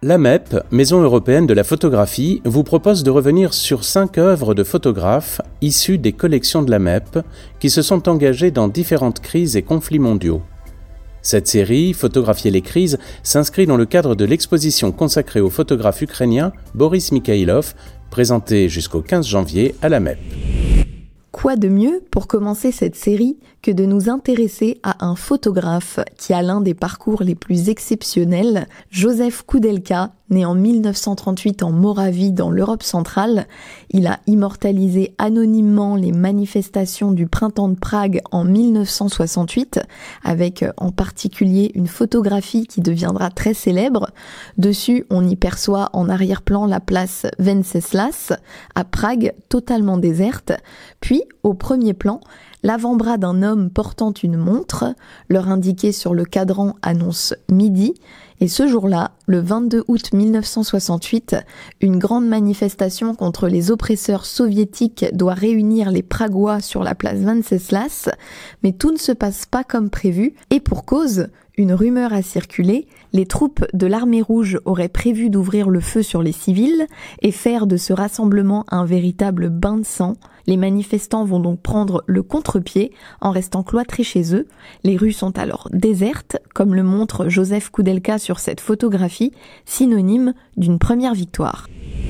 La MEP, Maison européenne de la photographie, vous propose de revenir sur 5 œuvres de photographes issues des collections de la MEP qui se sont engagées dans différentes crises et conflits mondiaux. Cette série, Photographier les crises, s'inscrit dans le cadre de l'exposition consacrée au photographe ukrainien Boris Mikhailov, présentée jusqu'au 15 janvier à la MEP. Quoi de mieux pour commencer cette série que de nous intéresser à un photographe qui a l'un des parcours les plus exceptionnels, Joseph Koudelka, né en 1938 en Moravie dans l'Europe centrale. Il a immortalisé anonymement les manifestations du printemps de Prague en 1968, avec en particulier une photographie qui deviendra très célèbre. Dessus, on y perçoit en arrière-plan la place Venceslas, à Prague, totalement déserte. Puis, au premier plan, l'avant-bras d'un homme portant une montre, l'heure indiquée sur le cadran annonce midi, et ce jour-là, le 22 août 1968, une grande manifestation contre les oppresseurs soviétiques doit réunir les Pragois sur la place Venceslas, mais tout ne se passe pas comme prévu, et pour cause, une rumeur a circulé, les troupes de l'armée rouge auraient prévu d'ouvrir le feu sur les civils et faire de ce rassemblement un véritable bain de sang. Les manifestants vont donc prendre le contre-pied en restant cloîtrés chez eux. Les rues sont alors désertes, comme le montre Joseph Koudelka sur cette photographie, synonyme d'une première victoire.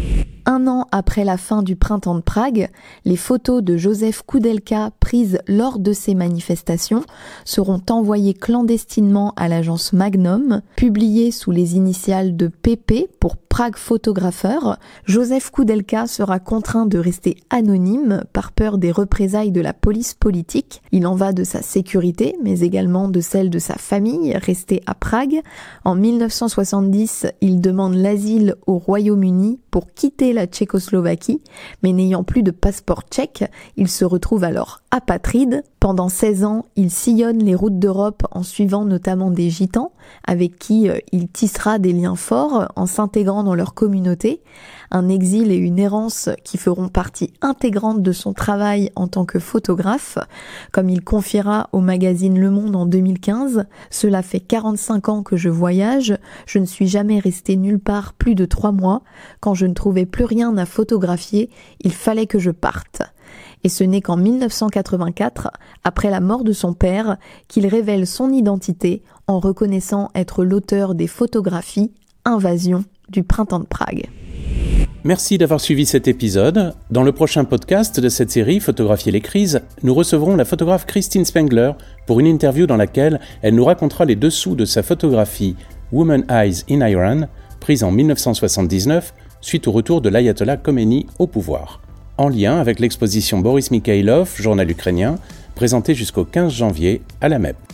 1 an après la fin du printemps de Prague, les photos de Joseph Koudelka prises lors de ces manifestations seront envoyées clandestinement à l'agence Magnum, publiées sous les initiales de PP pour Prague Photographer. Joseph Koudelka sera contraint de rester anonyme par peur des représailles de la police politique. Il en va de sa sécurité, mais également de celle de sa famille, restée à Prague. En 1970, il demande l'asile au Royaume-Uni pour quitter la Tchécoslovaquie, mais n'ayant plus de passeport tchèque, il se retrouve alors apatride. Pendant 16 ans, il sillonne les routes d'Europe en suivant notamment des gitans, avec qui il tissera des liens forts en s'intégrant dans leur communauté. Un exil et une errance qui feront partie intégrante de son travail en tant que photographe. Comme il confiera au magazine Le Monde en 2015, « Cela fait 45 ans que je voyage, je ne suis jamais resté nulle part plus de 3 mois. Quand je ne trouvais plus rien à photographier, il fallait que je parte. » Et ce n'est qu'en 1984, après la mort de son père, qu'il révèle son identité en reconnaissant être l'auteur des photographies « Invasion » du printemps de Prague. Merci d'avoir suivi cet épisode. Dans le prochain podcast de cette série Photographier les crises, nous recevrons la photographe Christine Spengler pour une interview dans laquelle elle nous racontera les dessous de sa photographie Woman Eyes in Iran, prise en 1979 suite au retour de l'ayatollah Khomeini au pouvoir, en lien avec l'exposition Boris Mikhailov, journal ukrainien, présentée jusqu'au 15 janvier à la MEP.